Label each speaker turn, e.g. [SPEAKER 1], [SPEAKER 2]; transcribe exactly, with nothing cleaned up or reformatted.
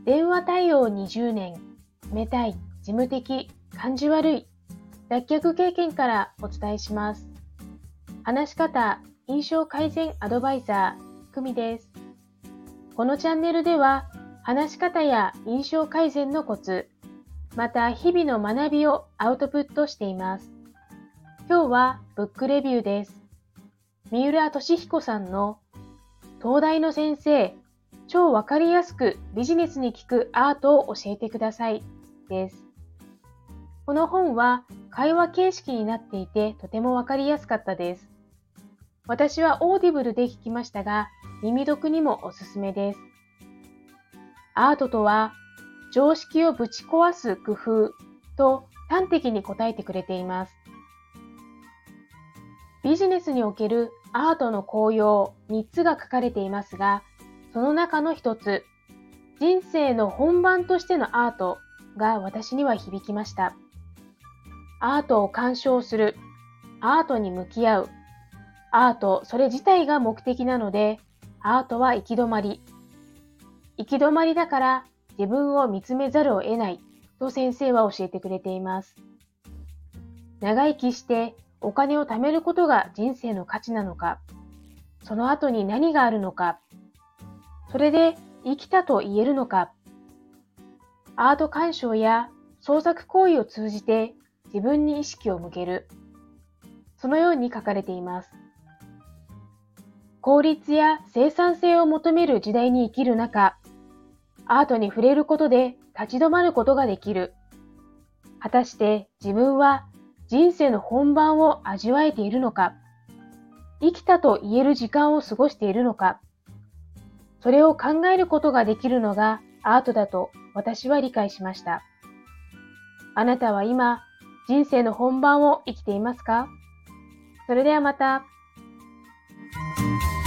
[SPEAKER 1] 電話対応にじゅうねん、冷たい、事務的、感じ悪い、脱却経験からお伝えします。話し方、印象改善アドバイザー、久美です。このチャンネルでは、話し方や印象改善のコツ、また日々の学びをアウトプットしています。今日はブックレビューです。三浦俊彦さんの東大の先生、超わかりやすくビジネスに効くアートを教えてくださいです。この本は会話形式になっていてとてもわかりやすかったです。私はオーディブルで聞きましたが、耳読にもおすすめです。アートとは常識をぶち壊す工夫と端的に答えてくれています。ビジネスにおけるアートの効用みっつが書かれていますが、その中のひとつ、人生の本番としてのアートが私には響きました。アートを鑑賞する、アートに向き合う、アートそれ自体が目的なので、アートは行き止まり。行き止まりだから自分を見つめざるを得ないと先生は教えてくれています。長生きしてお金を貯めることが人生の価値なのか、その後に何があるのか、それで生きたと言えるのか、アート鑑賞や創作行為を通じて自分に意識を向ける。そのように書かれています。効率や生産性を求める時代に生きる中、アートに触れることで立ち止まることができる。果たして自分は人生の本番を味わえているのか、生きたと言える時間を過ごしているのか、それを考えることができるのがアートだと私は理解しました。あなたは今、人生の本番を生きていますか？それではまた。